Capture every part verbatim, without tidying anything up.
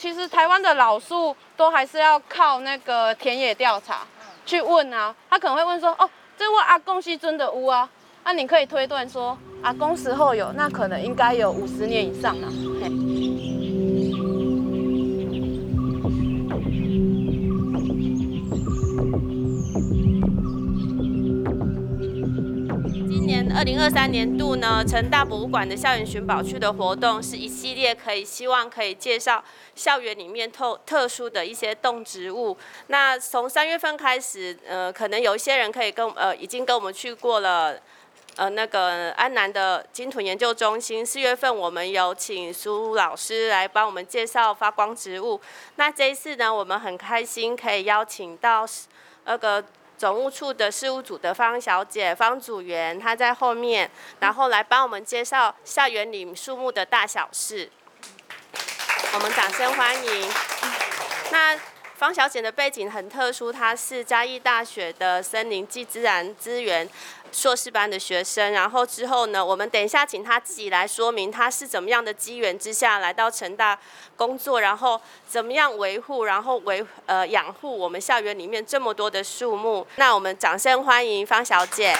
其实台湾的老树都还是要靠那个田野调查去问啊，他可能会问说，哦，这我阿公是真的屋啊，那、啊、你可以推断说阿公时候有，那可能应该有五十年以上了。 今年二零二三年度呢，成大博物馆的校园寻宝趣的活动是一系列可以希望可以介绍校园里面特特殊的一些动植物。那从三月份开始，呃，可能有一些人可以跟呃已经跟我们去过了。呃，那个安南的鲸豚研究中心，四月份我们有请苏老师来帮我们介绍发光植物。那这一次呢，我们很开心可以邀请到那个总务处的事务组的方小姐方组员，她在后面，然后来帮我们介绍校园里树木的大小事。我们掌声欢迎。那方小姐的背景很特殊，她是嘉义大学的森林暨自然资源硕士班的学生，然后之后呢，我们等一下请她自己来说明她是怎么样的机缘之下来到成大工作，然后怎么样维护，然后维呃养护我们校园里面这么多的树木。那我们掌声欢迎方小姐。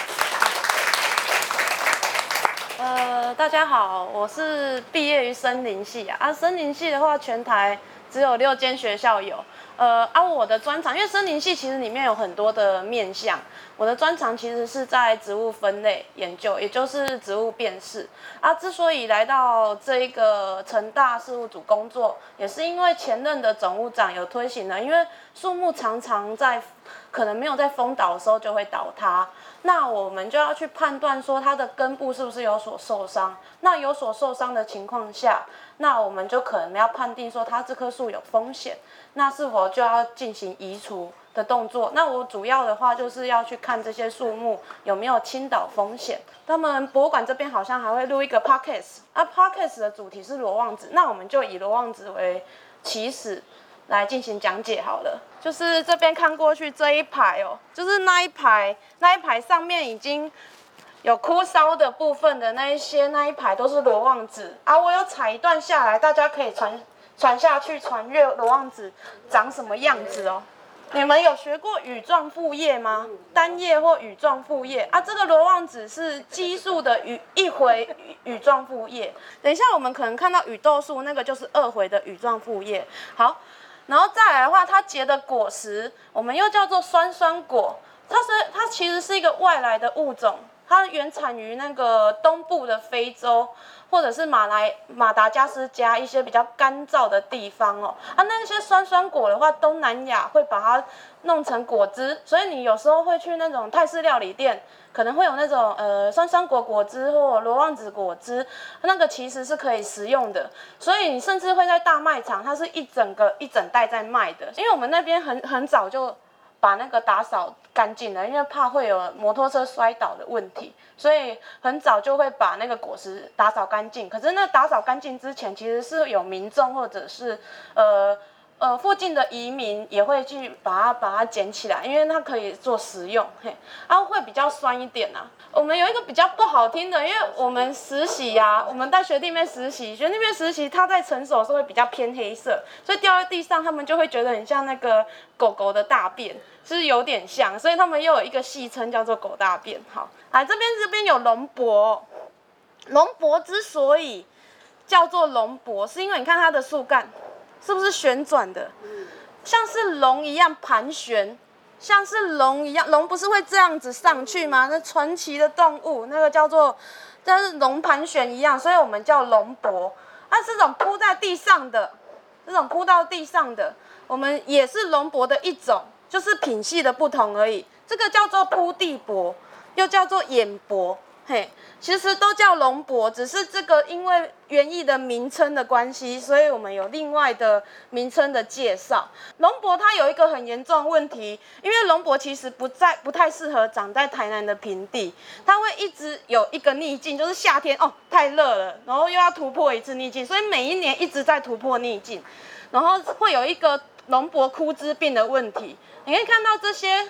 呃，大家好，我是毕业于森林系啊，啊，森林系的话，全台只有六间学校有。呃，啊，我的专长，因为森林系其实里面有很多的面向，我的专长其实是在植物分类研究，也就是植物辨识。啊，之所以来到这一个成大事务组工作，也是因为前任的总务长有推行了，因为树木常常在可能没有在风倒的时候就会倒塌，那我们就要去判断说它的根部是不是有所受伤。那有所受伤的情况下，那我们就可能要判定说它这棵树有风险，那是否就要进行移除的动作。那我主要的话就是要去看这些树木有没有倾倒风险。他们博物馆这边好像还会录一个 podcast， 啊 podcast 的主题是罗望子，那我们就以罗望子为起始来进行讲解好了。就是这边看过去这一排哦，就是那一排那一排上面已经有枯梢的部分的那一些那一排都是罗望子啊，我有采一段下来，大家可以传传下去，传阅罗望子长什么样子哦。你们有学过羽状复叶吗？单叶或羽状复叶啊？这个罗望子是奇数的羽一回羽状复叶。等一下我们可能看到羽豆树，那个就是二回的羽状复叶。好，然后再来的话，它结的果实我们又叫做酸酸果，它是它其实是一个外来的物种。它原产于那个东部的非洲，或者是马来马达加斯加一些比较干燥的地方哦。啊，那些酸酸果的话，东南亚会把它弄成果汁，所以你有时候会去那种泰式料理店，可能会有那种呃酸酸果果汁或罗望子果汁，那个其实是可以食用的。所以你甚至会在大卖场，它是一整个一整袋在卖的。因为我们那边很很早就把那个打扫干净了，因为怕会有摩托车摔倒的问题，所以很早就会把那个果实打扫干净。可是那打扫干净之前，其实是有民众或者是呃呃附近的移民也会去把它把它捡起来，因为它可以做食用，嘿，然后会比较酸一点啊。我们有一个比较不好听的，因为我们实习啊，我们带学弟妹实习，学弟妹实习，它在成熟的时候会比较偏黑色，所以掉在地上，他们就会觉得很像那个狗狗的大便。是有点像，所以他们又有一个戏称叫做狗大便。好，来这边这边有龙柏，龙柏之所以叫做龙柏，是因为你看它的树干是不是旋转的，像是龙一样盘旋，像是龙一样，龙不是会这样子上去吗？那传奇的动物，那个叫做，但是龙盘旋一样，所以我们叫龙柏。那、啊、这种铺在地上的，这种铺到地上的，我们也是龙柏的一种。就是品系的不同而已，这个叫做铺地柏，又叫做眼柏，嘿，其实都叫龙柏，只是这个因为园艺的名称的关系，所以我们有另外的名称的介绍。龙柏它有一个很严重的问题，因为龙柏其实不在不太适合长在台南的平地，它会一直有一个逆境，就是夏天哦太热了，然后又要突破一次逆境，所以每一年一直在突破逆境，然后会有一个龙柏枯枝病的问题。你可以看到这些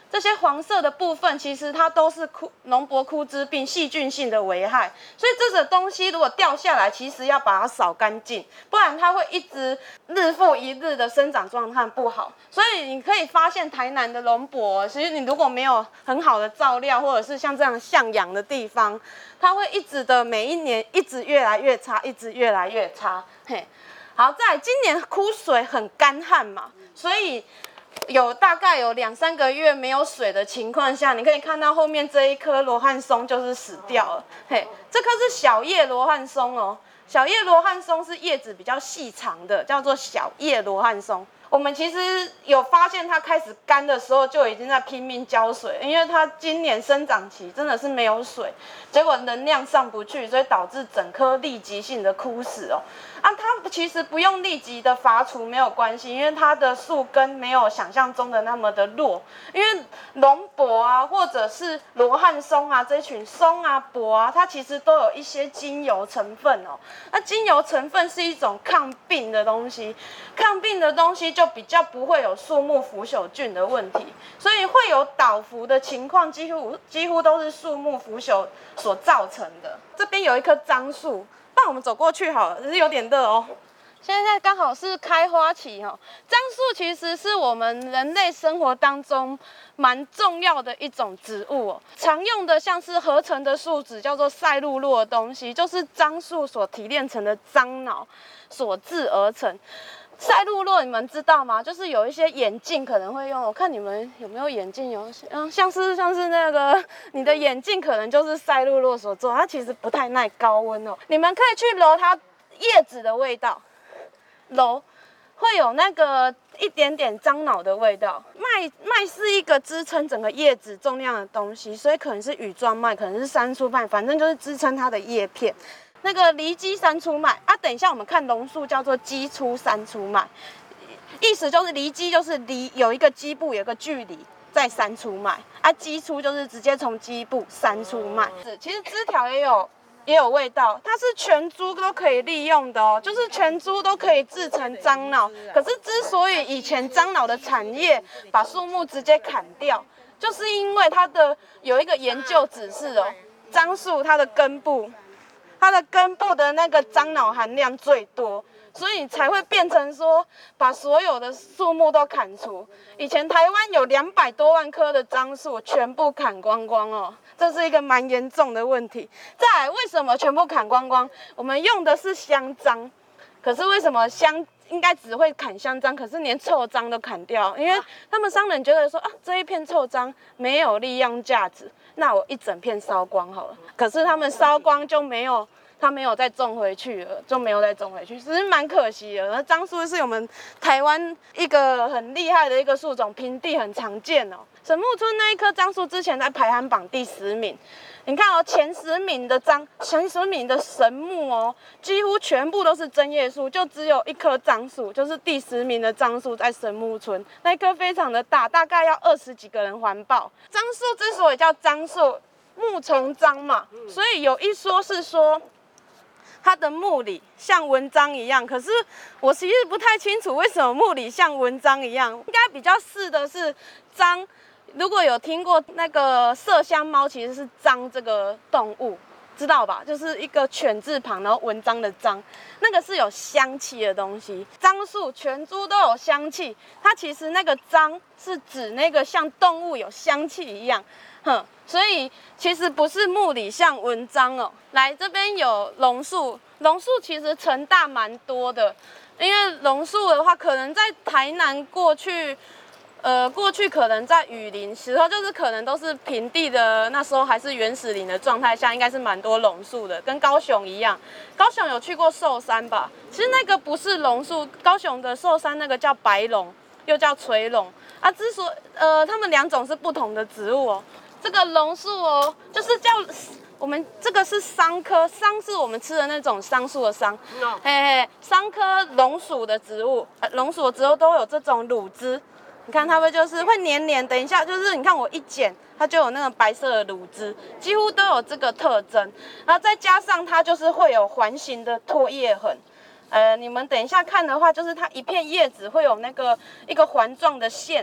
这些黄色的部分，其实它都是枯脓薄枯枝病细菌性的危害，所以这个东西如果掉下来，其实要把它扫干净，不然它会一直日复一日的生长状态不好。所以你可以发现台南的脓薄，其实你如果没有很好的照料，或者是像这样向阳的地方，它会一直的每一年一直越来越差，一直越来越差。嘿，好，再来今年枯水很干旱嘛，所以有大概有两三个月没有水的情况下，你可以看到后面这一棵罗汉松就是死掉了。嘿，这棵是小叶罗汉松哦，小叶罗汉松是叶子比较细长的，叫做小叶罗汉松。我们其实有发现它开始干的时候，就已经在拼命浇水，因为它今年生长期真的是没有水，结果能量上不去，所以导致整棵立即性的枯死哦。啊，它其实不用立即的伐除没有关系，因为它的树根没有想象中的那么的弱。因为龙柏啊，或者是罗汉松啊，这群松啊、柏啊，它其实都有一些精油成分哦。那精油成分是一种抗病的东西，抗病的东西就比较不会有树木腐朽菌的问题，所以会有倒伏的情况，几乎几乎都是树木腐朽所造成的。这边有一棵樟树。那我们走过去好了，只是有点热哦。现在刚好是开花期哦。樟树其实是我们人类生活当中蛮重要的一种植物哦。常用的像是合成的树脂叫做赛璐珞的东西，就是樟树所提炼成的樟脑所制而成。赛璐珞你们知道吗？就是有一些眼镜可能会用，我看你们有没有眼镜有，嗯，像是像是那个你的眼镜可能就是赛璐珞所做，它其实不太耐高温哦。你们可以去揉它叶子的味道，揉会有那个一点点樟脑的味道。麦麦是一个支撑整个叶子重量的东西，所以可能是羽状麦，可能是山苏麦，反正就是支撑它的叶片。那个离基三出麦啊，等一下我们看榕树叫做基出三出麦，意思就是离基就是离有一个基部有一个距离，再三出麦啊，基出就是直接从基部三出麦。其实枝条也有也有味道，它是全株都可以利用的哦，就是全株都可以制成樟脑。可是之所以以前樟脑的产业把树木直接砍掉，就是因为它的有一个研究指示哦，樟树它的根部。它的根部的那个樟脑含量最多，所以才会变成说把所有的树木都砍除。以前台湾有两百多万棵的樟树，全部砍光光哦，这是一个蛮严重的问题。再来，为什么全部砍光光？我们用的是香樟，可是为什么香应该只会砍香樟，可是连臭樟都砍掉？因为他们商人觉得说啊，这一片臭樟没有利用价值。那我一整片烧光好了，可是他们烧光就没有，他没有再种回去了，就没有再种回去，其实蛮可惜的。那樟树是我们台湾一个很厉害的一个树种，平地很常见哦。神木村那一棵樟树之前在排行榜第十名，你看哦，前十名的樟，前十名的神木哦，几乎全部都是针叶树，就只有一棵樟树，就是第十名的樟树在神木村，那一棵非常的大，大概要二十几个人环抱。樟树之所以叫樟树，木从樟嘛，所以有一说是说它的木理像文章一样，可是我其实不太清楚为什么木理像文章一样，应该比较似的是樟。如果有听过那个麝香猫，其实是樟这个动物，知道吧？就是一个犬字旁，然后文章的章，那个是有香气的东西。樟树全株都有香气，它其实那个樟是指那个像动物有香气一样，哼。所以其实不是木理像文章哦。来这边有榕树，榕树其实成大蛮多的，因为榕树的话，可能在台南过去。呃，过去可能在雨林时候，就是可能都是平地的，那时候还是原始林的状态下，应该是蛮多榕树的，跟高雄一样。高雄有去过寿山吧？其实那个不是榕树，高雄的寿山那个叫白榕，又叫垂榕啊。之所呃，它们两种是不同的植物哦。这个榕树哦，就是叫我们这个是桑科，桑是我们吃的那种桑树的桑，嘿嘿，桑科榕属的植物，呃、榕属的植物都有这种乳汁。你看它们就是会黏黏，等一下就是你看我一剪，它就有那个白色的乳汁，几乎都有这个特征。然后再加上它就是会有环形的唾液痕，呃，你们等一下看的话，就是它一片叶子会有那个一个环状的线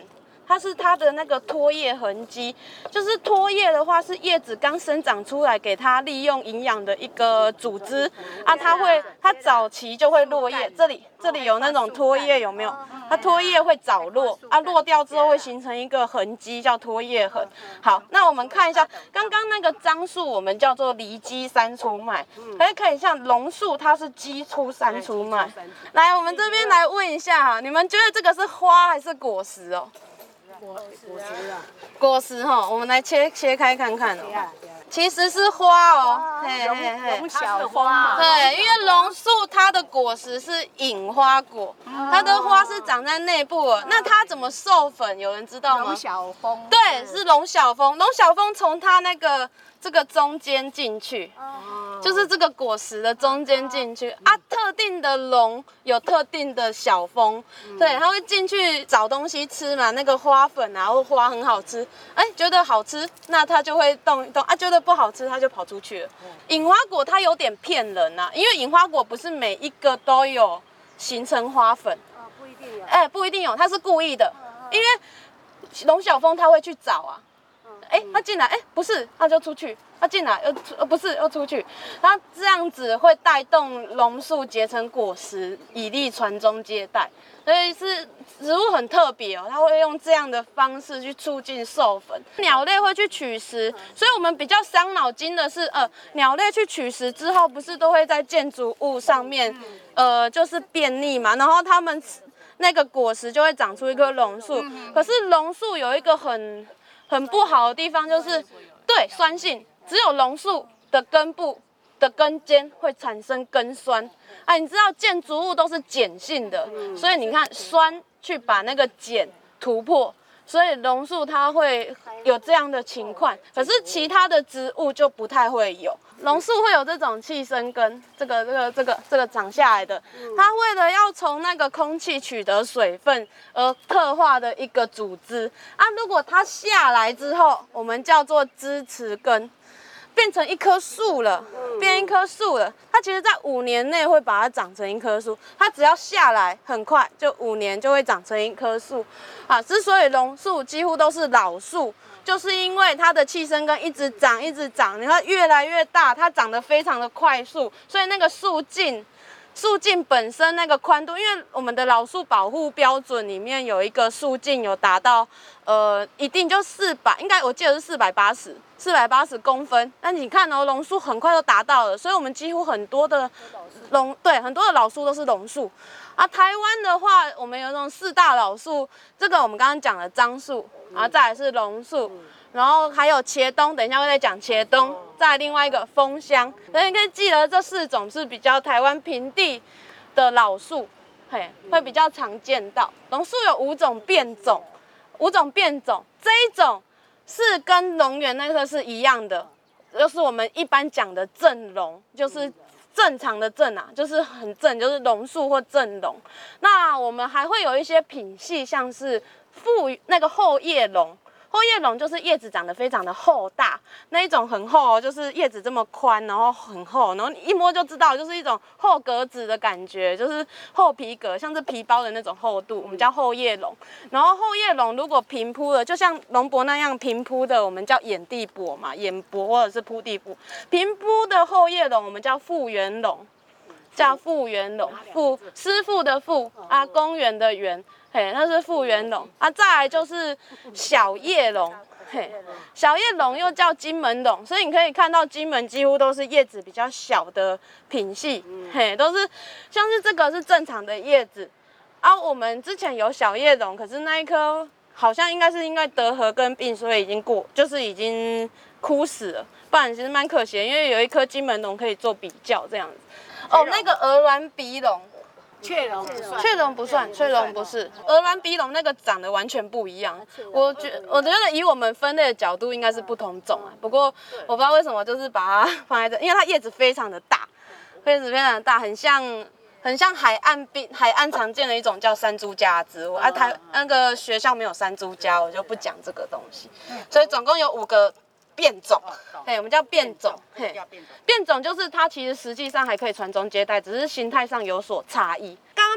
它是它的那个脱叶痕迹，就是脱叶的话是叶子刚生长出来，给它利用营养的一个组织啊，它会它早期就会落叶，这里这里有那种脱叶有没有？它脱叶会早落啊，落掉之后会形成一个痕迹，叫脱叶痕。好，那我们看一下刚刚那个樟树，我们叫做离基三出脉，可以可以像榕树，它是基出三出脉。来，我们这边来问一下哈，你们觉得这个是花还是果实哦？ 果果实啊， 果实哈，我们来切切开看看哦。其实是花哦，嘿嘿嘿， 榕小风嘛。 对，因为榕树它的果实是隐花果，它的花是长在内部的。那它怎么授粉？有人知道吗？ 榕小风。 对，是龙小蜂。龙小蜂从它那个这个中间进去，就是这个果实的中间进去啊。特定的龙有特定的小蜂，对，它会进去找东西吃嘛。那个花粉啊，或花很好吃，哎，觉得好吃，那它就会动一动啊。觉得不好吃，它就跑出去了。隐花果它有点骗人啊，因为隐花果不是每一个都有形成花粉， 哦，不一定有。 哎，不一定有，它是故意的，因为龙小蜂它会去找啊。哎，它进来，哎，不是，它就出去，它进来又出，呃，不是，又出去，它这样子会带动榕树结成果实，以利传宗接代，所以是植物很特别哦，它会用这样的方式去促进授粉。鸟类会去取食，所以我们比较伤脑筋的是，呃，鸟类去取食之后，不是都会在建筑物上面，呃，就是便溺嘛，然后它们那个果实就会长出一棵榕树，可是榕树有一个很很不好的地方，就是对酸性，只有榕树的根部的根尖会产生根酸。啊，你知道建筑物都是碱性的，所以你看酸去把那个碱突破，所以榕树它会有这样的情况，可是其他的植物就不太会有。榕树会有这种气生根，这个这个这个这个长下来的，它为了要从那个空气取得水分而特化的一个组织啊。如果它下来之后，我们叫做支持根，变成一棵树了，变一棵树了。它其实在五年内会把它长成一棵树，它只要下来很快，就五年就会长成一棵树啊。之所以榕树几乎都是老树，就是因为它的气生根一直长一直长，你看越来越大，它长得非常的快速，所以那个树径。树径本身那个宽度，因为我们的老树保护标准里面有一个树径有达到，呃，一定就四百，应该我记得是四百八十，四百八十公分。那你看哦，榕树很快就达到了，所以我们几乎很多的榕，对，很多的老树都是榕树。啊，台湾的话，我们有那种四大老树，这个我们刚刚讲的樟树，然后再来是榕树。然后还有茄冬，等一下会再讲茄冬，再来另外一个枫香，所以你可以记得这四种是比较台湾平地的老树，嘿，会比较常见到。榕树有五种变种，五种变种，这一种是跟龙园那个是一样的，就是我们一般讲的正榕，就是正常的正啊，就是很正，就是榕树或正榕。那我们还会有一些品系，像是附那个后叶榕。后叶榕就是叶子长得非常的厚大，那一种很厚哦，就是叶子这么宽，然后很厚，然后你一摸就知道，就是一种厚格子的感觉，就是厚皮革，像是皮包的那种厚度，我们叫后叶榕。然后后叶榕如果平铺的，就像龙柏那样平铺的，我们叫眼地柏嘛，眼柏或者是铺地柏。平铺的后叶榕我们叫复原榕，叫复原榕，复师傅的复啊，公园的园。嘿，那是复原榕啊，再来就是小叶榕，嘿，小叶榕又叫金门榕，所以你可以看到金门几乎都是叶子比较小的品系，嘿，都是像是这个是正常的叶子啊。我们之前有小叶榕，可是那一棵好像应该是因为得禾根病，所以已经过，就是已经枯死了，不然其实蛮可惜的，因为有一棵金门榕可以做比较这样子。哦，那个鹅銮鼻榕。 雀榕不算， 雀榕不算，雀榕不是，鹅銮鼻榕那个长得完全不一样。我觉我觉得以我们分类的角度应该是不同种啊，不过我不知道为什么就是把它放在这，因为它叶子非常的大，叶子非常的大，很像很像海岸边海岸常见的一种叫山猪家的植物啊。台那个学校没有山猪家，我就不讲这个东西。所以总共有五个变种，嘿，我们叫变种，嘿，变种就是它其实实际上还可以传宗接代，只是形态上有所差异。刚刚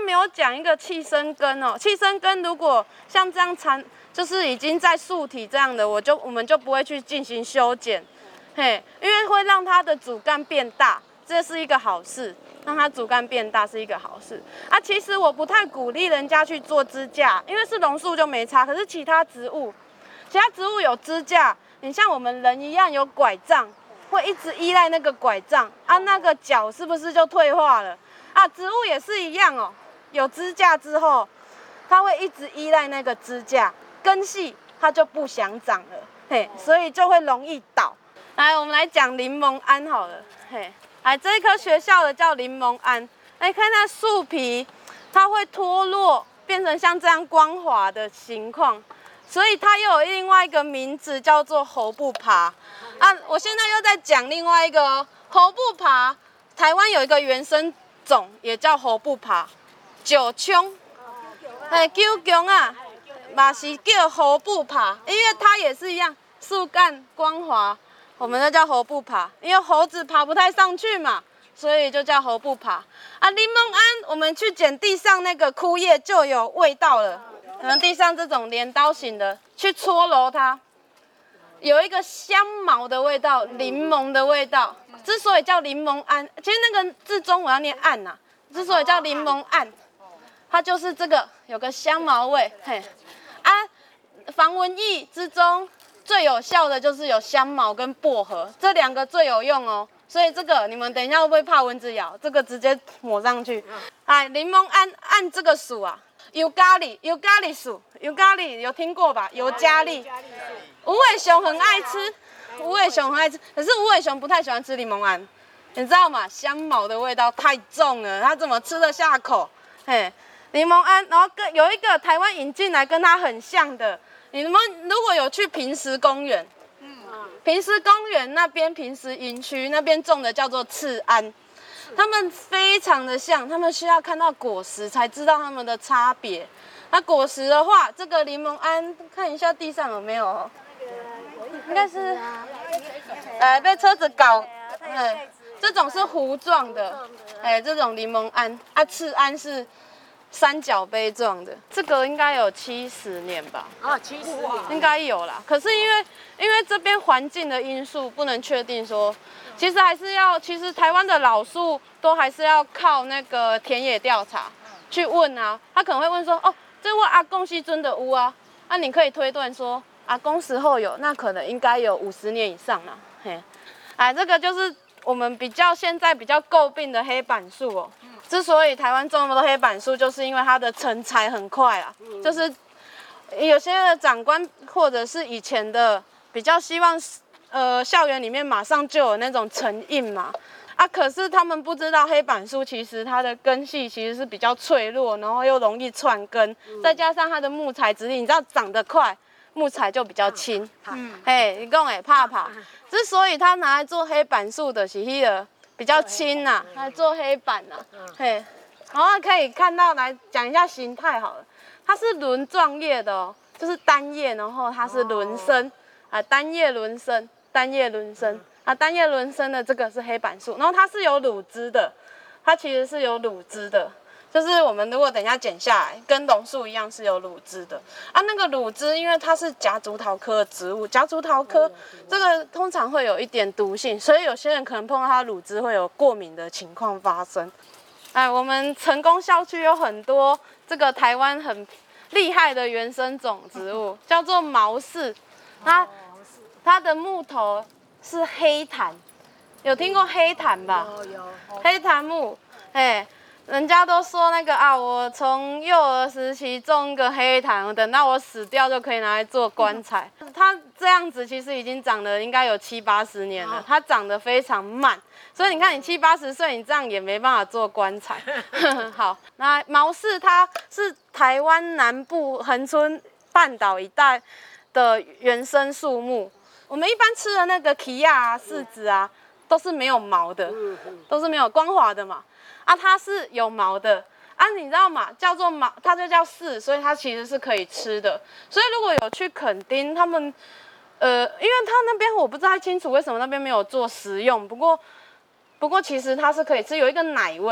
没有讲一个气生根哦，气生根如果像这样残，就是已经在树体这样的，我就我们就不会去进行修剪，嘿，因为会让它的主干变大，这是一个好事，让它主干变大是一个好事啊。其实我不太鼓励人家去做支架，因为是榕树就没差，可是其他植物，其他植物有支架，你像我们人一样有拐杖，会一直依赖那个拐杖啊，那个脚是不是就退化了？啊，植物也是一样哦，有支架之后，它会一直依赖那个支架，根系它就不想长了，嘿，所以就会容易倒。来，我们来讲柠檬桉好了，嘿，来这一棵学校的叫柠檬桉，来看它树皮，它会脱落，变成像这样光滑的情况，所以它又有另外一个名字叫做猴不爬。啊，我现在又在讲另外一个哦，猴不爬，台湾有一个原生种也叫猴不爬，九穹，哎，九穹啊，嘛是叫猴不爬，因为它也是一样，树干光滑，我们那叫猴不爬，因为猴子爬不太上去嘛，所以就叫猴不爬。啊，柠檬桉，我们去捡地上那个枯叶就有味道了，可能地上这种镰刀型的，去搓揉它，有一个香茅的味道，柠檬的味道。之所以叫柠檬桉，其实那个字中文要念桉呐、啊。之所以叫柠檬桉，它就是这个有个香茅味，嘿啊，防蚊液之中最有效的就是有香茅跟薄荷，这两个最有用哦。所以这个你们等一下会不会怕蚊子咬？这个直接抹上去。哎，柠檬桉按这个属啊，尤加利，尤加利属，尤加利有听过吧？尤加利，无尾熊很爱吃。无尾熊很爱吃，可是无尾熊不太喜欢吃柠檬桉，你知道吗？香茅的味道太重了，它怎么吃得下口？嘿，柠檬桉，然后跟有一个台湾引进来跟它很像的，你们如果有去平石公园，嗯，平石公园那边平石营区那边种的叫做赤桉，它们非常的像，它们需要看到果实才知道它们的差别。那果实的话，这个柠檬桉看一下地上有没有。应该是，呃，被车子搞，哎，这种是糊状的，哎，这种柠檬桉啊，赤桉是三角杯状的，这个应该有七十年吧？ 啊，七十年应该有啦。可是因为因为这边环境的因素，不能确定说，其实还是要，其实台湾的老树都还是要靠那个田野调查去问啊，他可能会问说，哦，这我阿公时阵的屋啊，啊，你可以推断说。阿公时候有，那可能应该有五十年以上了。嘿，哎，这个就是我们比较现在比较诟病的黑板树哦。嗯、之所以台湾种那么多黑板树，就是因为它的成材很快啊。嗯、就是有些的长官或者是以前的比较希望，呃，校园里面马上就有那种成印嘛。啊，可是他们不知道黑板树其实它的根系其实是比较脆弱，然后又容易串根，嗯、再加上它的木材质地，你知道长得快。木材就比较轻，嗯，嘿，你讲诶，怕怕。之所以它拿来做黑板树的是迄个比较轻呐、啊，来做黑板呐、啊，嘿，然后可以看到来讲一下形态好了，它是轮状叶的哦，就是单叶，然后它是轮生啊，单叶轮生，单叶轮生啊，单叶轮生的这个是黑板树，然后它是有乳枝的，它其实是有乳枝的。就是我们如果等一下剪下来，跟榕树一样是有乳枝的啊。那个乳枝，因为它是夹竹桃科的植物，夹竹桃科这个通常会有一点毒性，所以有些人可能碰到它的乳枝会有过敏的情况发生。哎，我们成功校区有很多这个台湾很厉害的原生种植物，叫做毛柿，它它的木头是黑檀，有听过黑檀吧？有有。黑檀木，哎。人家都说那个啊，我从幼儿时期种一个黑檀，等到我死掉就可以拿来做棺材。它这样子其实已经长了应该有七八十年了，它长得非常慢，所以你看你七八十岁，你这样也没办法做棺材。好，那毛柿它是台湾南部恒春半岛一带的原生树木。我们一般吃的那个奇亚啊、柿子啊，都是没有毛的，都是没有光滑的嘛。啊，它是有毛的啊，你知道吗？叫做毛，它就叫柿，所以它其实是可以吃的。所以如果有去垦丁，他们，呃，因为他那边我不太清楚为什么那边没有做食用，不过，不过其实它是可以吃，有一个奶味，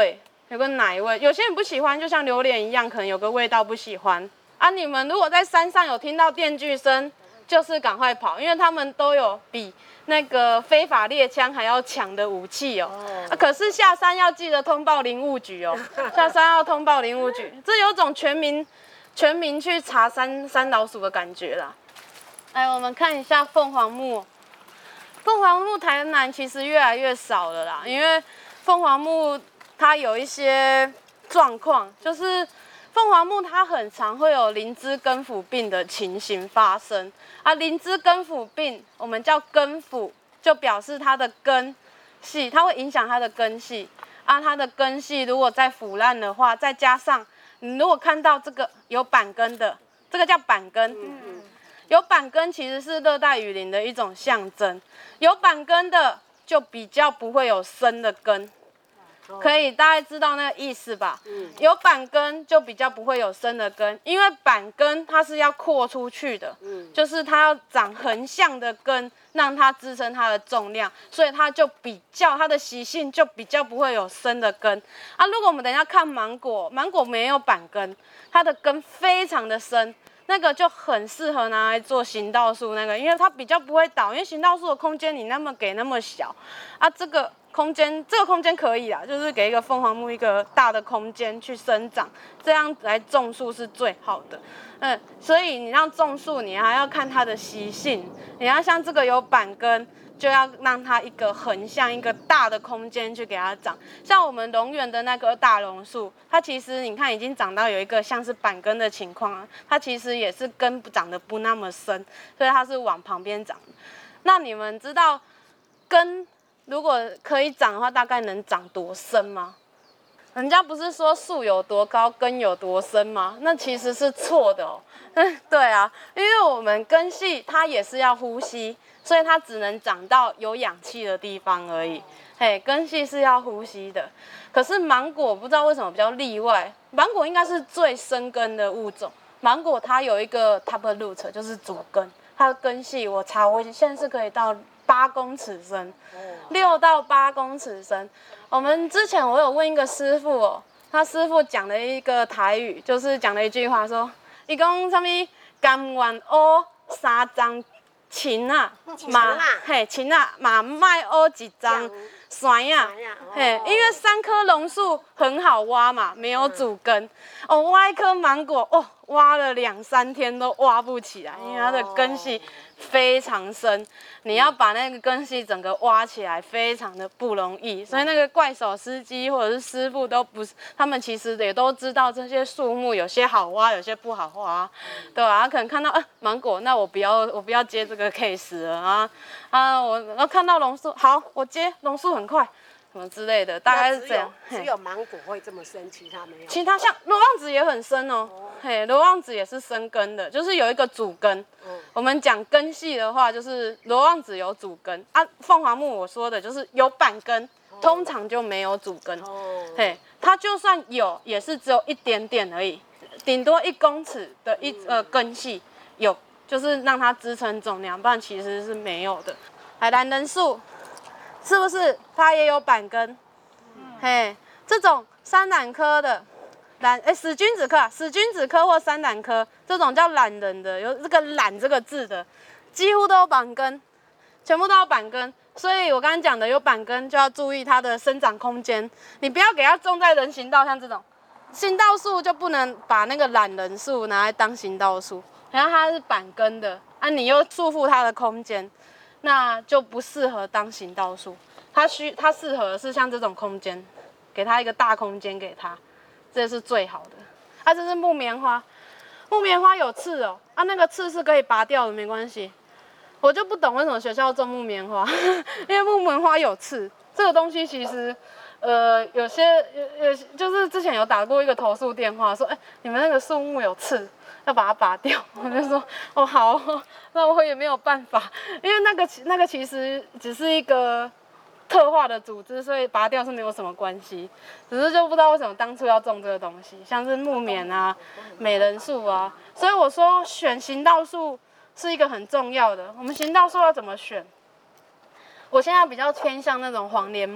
有个奶味。有些人不喜欢，就像榴莲一样，可能有个味道不喜欢。啊，你们如果在山上有听到电锯声，就是赶快跑，因为他们都有比那个非法猎枪还要强的武器哦。啊，可是下山要记得通报林务局哦，下山要通报林务局，这有种全民全民去查山山老鼠的感觉啦。来，我们看一下凤凰木。凤凰木台南其实越来越少了啦，因为凤凰木它有一些状况，就是凤凰木它很常会有灵芝根腐病的情形发生啊。灵芝根腐病我们叫根腐，就表示它的根系，它会影响它的根系啊。它的根系如果再腐烂的话，再加上你如果看到这个有板根的，这个叫板根。嗯有板根其实是热带雨林的一种象征，有板根的就比较不会有生的根，可以大概知道那个意思吧？嗯、有板根就比较不会有生的根，因为板根它是要扩出去的，嗯、就是它要长横向的根，让它支撑它的重量，所以它就比较它的习性就比较不会有生的根啊。如果我们等一下看芒果，芒果没有板根，它的根非常的深。那个就很适合拿来做行道树，那个因为它比较不会倒，因为行道树的空间你那么给那么小啊，这个空间这个空间可以啦，就是给一个凤凰木一个大的空间去生长，这样来种树是最好的。嗯，所以你让种树，你还要看它的习性，你要像这个有板根。就要让它一个横向一个大的空间去给它长，像我们龙园的那个大榕树，它其实你看已经长到有一个像是板根的情况啊，它其实也是根长得不那么深，所以它是往旁边长的。那你们知道根如果可以长的话，大概能长多深吗？人家不是说树有多高，根有多深吗？那其实是错的哦。对啊，因为我们根系它也是要呼吸，所以它只能长到有氧气的地方而已。嘿，根系是要呼吸的。可是芒果不知道为什么比较例外，芒果应该是最深根的物种。芒果它有一个 top root， 就是主根，它的根系我查，我现在是可以到八公尺深，六到八公尺深。我们之前我有问一个师傅哦，他师傅讲了一个台语，就是讲了一句话说，伊讲什么甘愿乌三张芹啊，嘛嘿芹啊嘛卖乌一张山呀，嘿，因为三棵榕树很好挖嘛，没有主根，哦，挖一颗芒果哦，挖了两三天都挖不起来，因为它的根系非常深，你要把那个根系整个挖起来非常的不容易，所以那个怪手司机或者是师傅都不是，他们其实也都知道这些树木有些好挖，有些不好挖，对吧？他可能看到啊芒果，那我不要我不要接这个 case 了啊啊，我然后看到榕树，好，我接榕树很快。什么之类的，大概是这样。 只有, 只有芒果会这么深，其他没有。 其他像罗望子也很深哦，哦嘿，罗望子也是深根的，就是有一个主根。嗯、我们讲根系的话，就是罗望子有主根啊，凤凰木我说的就是有板根，哦、通常就没有主根。哦、嘿，它就算有，也是只有一点点而已，顶多一公尺的一、嗯、呃根系有，就是让它支撑重量，不然其实是没有的。海南人树。是不是它也有板根？嗯、嘿，这种山榄科的榄，哎，死君子科啊，死君子科或山榄科这种叫榄仁的，有这个榄这个字的，几乎都有板根，全部都有板根。所以我刚刚讲的有板根就要注意它的生长空间，你不要给它种在人行道，像这种行道树就不能把那个榄仁树拿来当行道树，然后它是板根的啊，你又束缚它的空间。那就不适合当行道树，它需它适合的是像这种空间，给它一个大空间给它，这是最好的。啊，这是木棉花，木棉花有刺哦，啊，那个刺是可以拔掉的，没关系。我就不懂为什么学校种木棉花，因为木棉花有刺，这个东西其实，呃，有些有有就是之前有打过一个投诉电话，说，哎、欸，你们那个树木有刺。要把它拔掉，我就说哦好，那我也没有办法，因为那个那个其实只是一个特化的组织，所以拔掉是没有什么关系，只是就不知道为什么当初要种这个东西，像是木棉啊、美人树啊，所以我说选行道树是一个很重要的。我们行道树要怎么选？我现在比较偏向那种黄连木，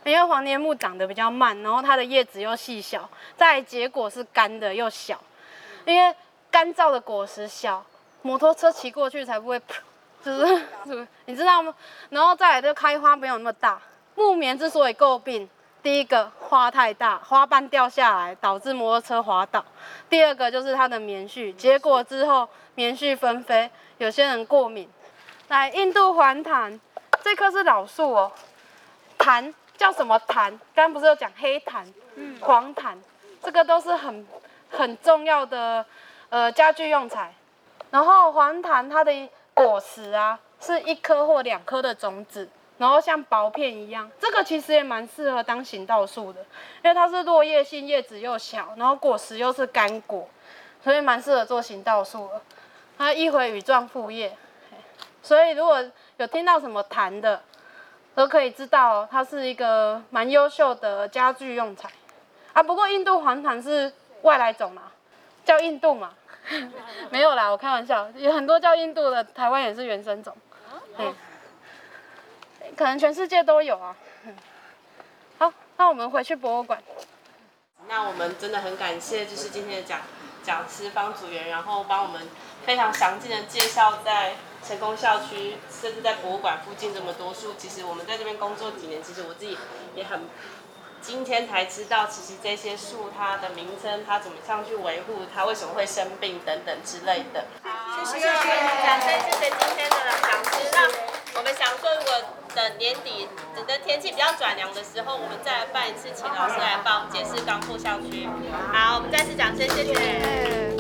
因为黄连木长得比较慢，然后它的叶子又细小，再来结果是干的又小，因为干燥的果实小，摩托车骑过去才不会，就是你知道吗？然后再来就开花没有那么大。木棉之所以诟病，第一个花太大，花瓣掉下来导致摩托车滑倒；第二个就是它的棉絮，结果之后棉絮纷飞，有些人过敏。来，印度黄檀，这棵是老树哦，檀叫什么檀？刚刚不是有讲黑檀、嗯、黄檀，这个都是很很重要的呃家具用材。然后黄檀它的果实啊，是一颗或两颗的种子，然后像薄片一样，这个其实也蛮适合当行道树的，因为它是落叶性，叶子又小，然后果实又是干果，所以蛮适合做行道树的。它一回羽状复叶，所以如果有听到什么檀的，都可以知道它是一个蛮优秀的家具用材啊。不过印度黄檀是外来种嘛，叫印度嘛。没有啦，我开玩笑，有很多叫印度的，台湾也是原生种，嗯，可能全世界都有啊。好，那我们回去博物馆。 那我们真的很感谢，就是今天的讲讲师方组员，然后帮我们非常详尽的介绍在成功校区，甚至在博物馆附近这么多树。其实我们在这边工作几年，其实我自己也很。今天才知道，其实这些树它的名称，它怎么样去维护，它为什么会生病等等之类的。好，谢谢，掌声谢谢今天的讲师。那我们想说，如果等年底，等的天气比较转凉的时候，我们再来办一次，请老师来帮解释刚复校区。好，我们再次掌声，谢谢。